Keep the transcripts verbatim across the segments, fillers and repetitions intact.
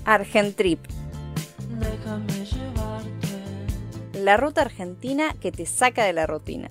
Argentrip. La ruta argentina que te saca de la rutina.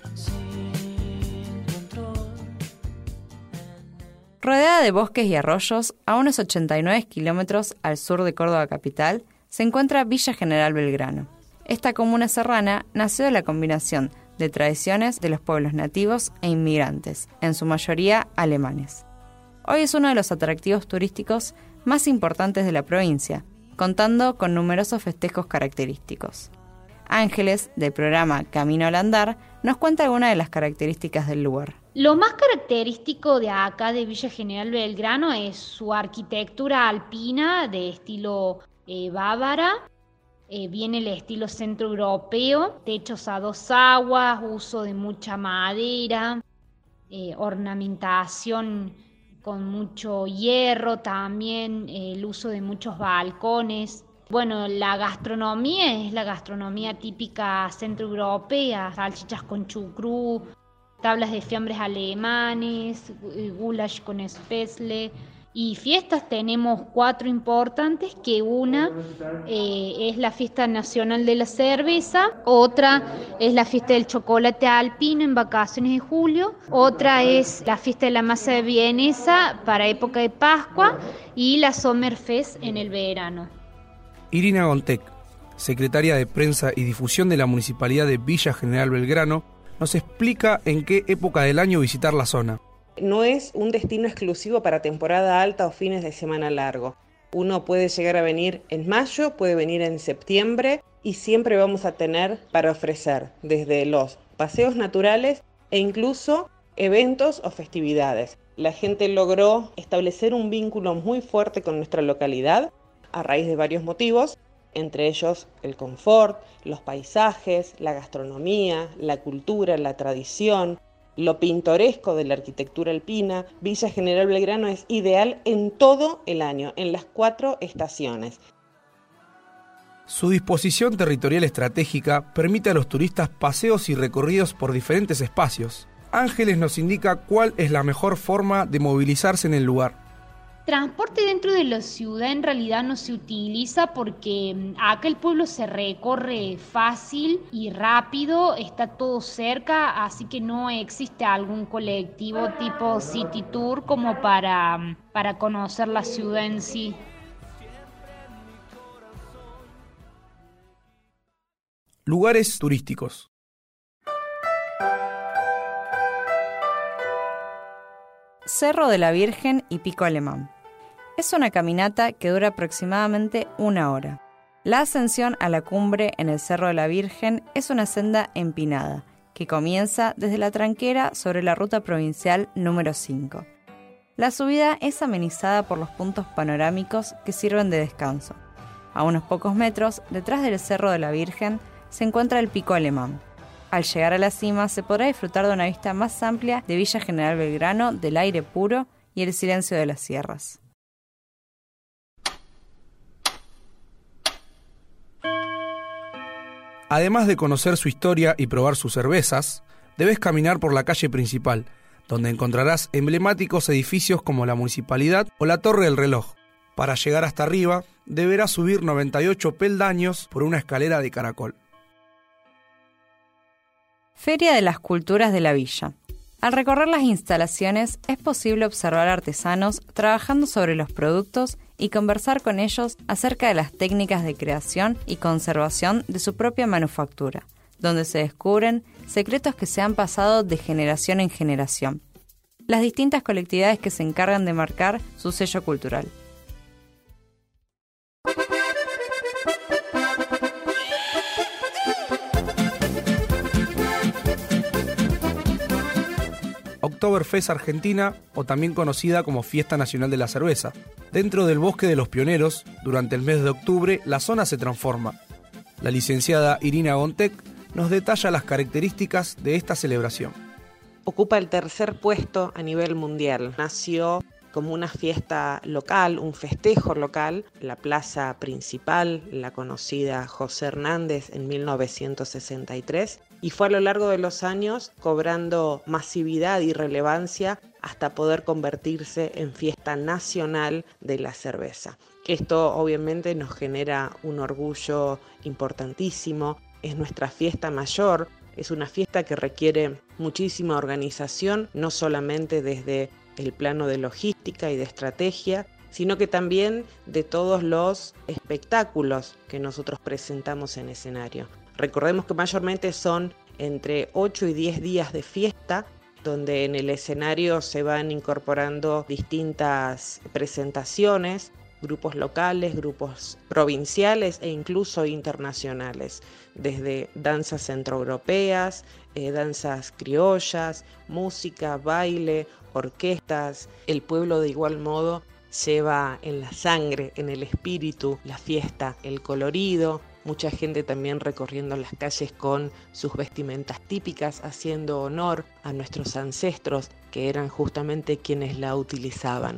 Rodeada de bosques y arroyos, a unos ochenta y nueve kilómetros al sur de Córdoba capital, se encuentra Villa General Belgrano. Esta comuna serrana nació de la combinación de tradiciones de los pueblos nativos e inmigrantes, en su mayoría alemanes. Hoy es uno de los atractivos turísticos más importantes de la provincia, contando con numerosos festejos característicos. Ángeles, del programa Camino al Andar, nos cuenta algunas de las características del lugar. Lo más característico de acá, de Villa General Belgrano, es su arquitectura alpina de estilo eh, bávara. Eh, viene el estilo centroeuropeo, techos a dos aguas, uso de mucha madera, eh, ornamentación con mucho hierro también, eh, el uso de muchos balcones. Bueno, la gastronomía es la gastronomía típica centroeuropea, salchichas con chucrú, tablas de fiambres alemanes, goulash con spätzle. Y fiestas tenemos cuatro importantes, que una eh, es la Fiesta Nacional de la Cerveza, otra es la Fiesta del Chocolate Alpino en vacaciones de julio, otra es la Fiesta de la Masa de Vienesa para época de Pascua y la Sommerfest en el verano. Irina Gontec, secretaria de Prensa y Difusión de la Municipalidad de Villa General Belgrano, nos explica en qué época del año visitar la zona. No es un destino exclusivo para temporada alta o fines de semana largo. Uno puede llegar a venir en mayo, puede venir en septiembre y siempre vamos a tener para ofrecer desde los paseos naturales e incluso eventos o festividades. La gente logró establecer un vínculo muy fuerte con nuestra localidad a raíz de varios motivos, entre ellos el confort, los paisajes, la gastronomía, la cultura, la tradición, lo pintoresco de la arquitectura alpina. Villa General Belgrano es ideal en todo el año, en las cuatro estaciones. Su disposición territorial estratégica permite a los turistas paseos y recorridos por diferentes espacios. Ángeles nos indica cuál es la mejor forma de movilizarse en el lugar. Transporte dentro de la ciudad en realidad no se utiliza porque acá el pueblo se recorre fácil y rápido, está todo cerca, así que no existe algún colectivo tipo City Tour como para, para conocer la ciudad en sí. Lugares turísticos. Cerro de la Virgen y Pico Alemán. Es una caminata que dura aproximadamente una hora. La ascensión a la cumbre en el Cerro de la Virgen es una senda empinada, que comienza desde la tranquera sobre la ruta provincial número cinco. La subida es amenizada por los puntos panorámicos que sirven de descanso. A unos pocos metros, detrás del Cerro de la Virgen, se encuentra el Pico Alemán. Al llegar a la cima se podrá disfrutar de una vista más amplia de Villa General Belgrano, del aire puro y el silencio de las sierras. Además de conocer su historia y probar sus cervezas, debes caminar por la calle principal, donde encontrarás emblemáticos edificios como la Municipalidad o la Torre del Reloj. Para llegar hasta arriba, deberás subir noventa y ocho peldaños por una escalera de caracol. Feria de las Culturas de la Villa. Al recorrer las instalaciones es posible observar artesanos trabajando sobre los productos y conversar con ellos acerca de las técnicas de creación y conservación de su propia manufactura, donde se descubren secretos que se han pasado de generación en generación. Las distintas colectividades que se encargan de marcar su sello cultural. Oktoberfest Argentina, o también conocida como Fiesta Nacional de la Cerveza. Dentro del Bosque de los Pioneros, durante el mes de octubre, la zona se transforma. La licenciada Irina Gontec nos detalla las características de esta celebración. Ocupa el tercer puesto a nivel mundial. Nació como una fiesta local, un festejo local, la plaza principal, la conocida José Hernández en mil novecientos sesenta y tres, y fue a lo largo de los años cobrando masividad y relevancia hasta poder convertirse en fiesta nacional de la cerveza. Esto obviamente nos genera un orgullo importantísimo, es nuestra fiesta mayor, es una fiesta que requiere muchísima organización, no solamente desde el plano de logística y de estrategia, sino que también de todos los espectáculos que nosotros presentamos en escenario. Recordemos que mayormente son entre ocho y diez días de fiesta, donde en el escenario se van incorporando distintas presentaciones, grupos locales, grupos provinciales e incluso internacionales, desde danzas centroeuropeas, eh, danzas criollas, música, baile, orquestas. El pueblo de igual modo lleva en la sangre, en el espíritu, la fiesta, el colorido. Mucha gente también recorriendo las calles con sus vestimentas típicas, haciendo honor a nuestros ancestros, que eran justamente quienes la utilizaban.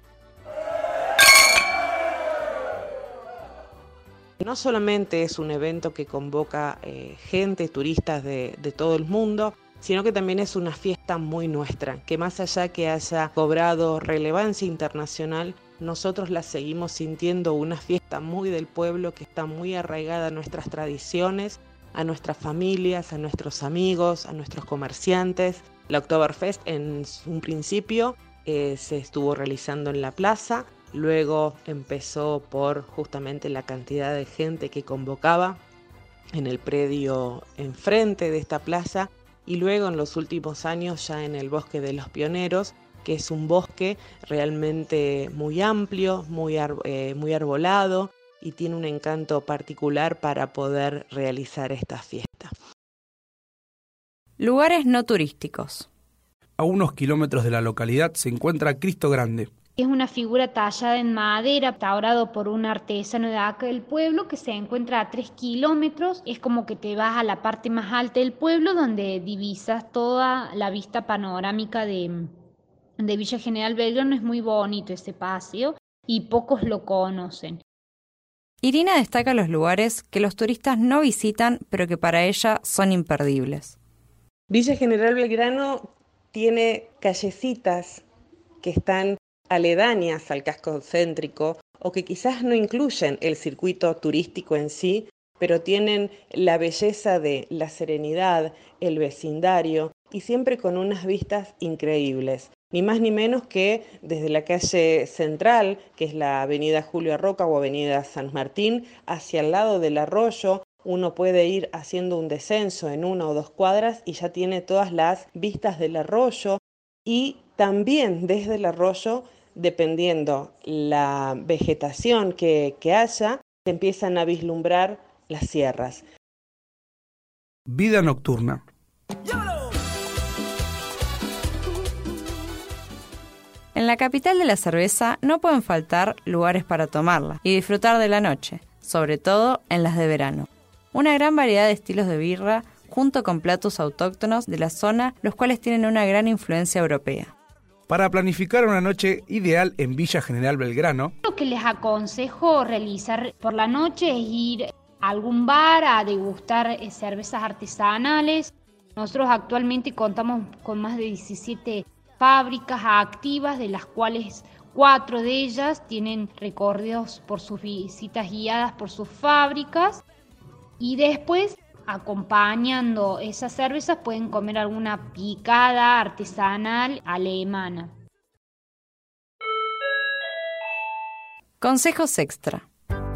No solamente es un evento que convoca eh, gente, turistas de, de todo el mundo, sino que también es una fiesta muy nuestra, que más allá que haya cobrado relevancia internacional, nosotros la seguimos sintiendo una fiesta muy del pueblo, que está muy arraigada a nuestras tradiciones, a nuestras familias, a nuestros amigos, a nuestros comerciantes. La Oktoberfest en un principio eh, se estuvo realizando en la plaza, luego empezó por justamente la cantidad de gente que convocaba en el predio enfrente de esta plaza, y luego en los últimos años ya en el Bosque de los Pioneros, que es un bosque realmente muy amplio, muy, ar- eh, muy arbolado, y tiene un encanto particular para poder realizar esta fiesta. Lugares no turísticos. A unos kilómetros de la localidad se encuentra Cristo Grande. Es una figura tallada en madera, taurado por un artesano de acá del pueblo, que se encuentra a tres kilómetros. Es como que te vas a la parte más alta del pueblo, donde divisas toda la vista panorámica de, de Villa General Belgrano. Es muy bonito ese paseo y pocos lo conocen. Irina destaca los lugares que los turistas no visitan, pero que para ella son imperdibles. Villa General Belgrano tiene callecitas que están aledañas al casco céntrico o que quizás no incluyen el circuito turístico en sí, pero tienen la belleza de la serenidad, el vecindario y siempre con unas vistas increíbles. Ni más ni menos que desde la calle central, que es la avenida Julio Roca o avenida San Martín, hacia el lado del arroyo, uno puede ir haciendo un descenso en una o dos cuadras y ya tiene todas las vistas del arroyo, y también desde el arroyo, dependiendo la vegetación que, que haya, se empiezan a vislumbrar las sierras. Vida nocturna. En la capital de la cerveza no pueden faltar lugares para tomarla y disfrutar de la noche, sobre todo en las de verano. Una gran variedad de estilos de birra, junto con platos autóctonos de la zona, los cuales tienen una gran influencia europea. Para planificar una noche ideal en Villa General Belgrano, Lo que les aconsejo realizar por la noche es ir a algún bar a degustar eh, cervezas artesanales. Nosotros actualmente contamos con más de diecisiete fábricas activas, de las cuales cuatro de ellas tienen recorridos por sus visitas guiadas por sus fábricas, y después, acompañando esas cervezas, pueden comer alguna picada artesanal alemana. Consejos extra.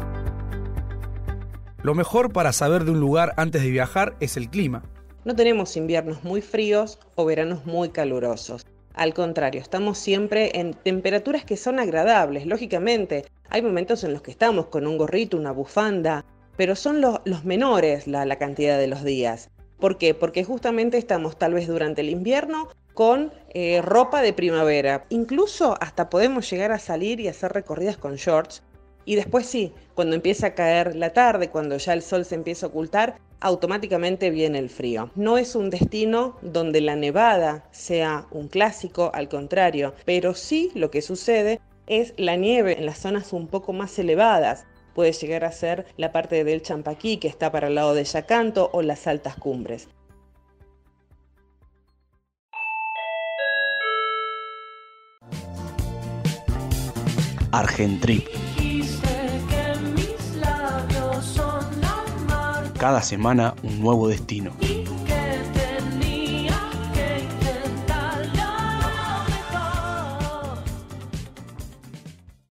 lo mejor para saber de un lugar antes de viajar es el clima. No tenemos inviernos muy fríos o veranos muy calurosos. Al contrario, estamos siempre en temperaturas que son agradables. Lógicamente, hay momentos en los que estamos con un gorrito, una bufanda, pero son los, los menores la, la cantidad de los días. ¿Por qué? Porque justamente estamos tal vez durante el invierno con eh, ropa de primavera. Incluso hasta podemos llegar a salir y hacer recorridas con shorts. Y después sí, cuando empieza a caer la tarde, cuando ya el sol se empieza a ocultar, automáticamente viene el frío. No es un destino donde la nevada sea un clásico, al contrario, pero sí lo que sucede es la nieve en las zonas un poco más elevadas. Puede llegar a ser la parte del Champaquí, que está para el lado de Yacanto, o las altas cumbres. Argentrip. Cada semana un nuevo destino.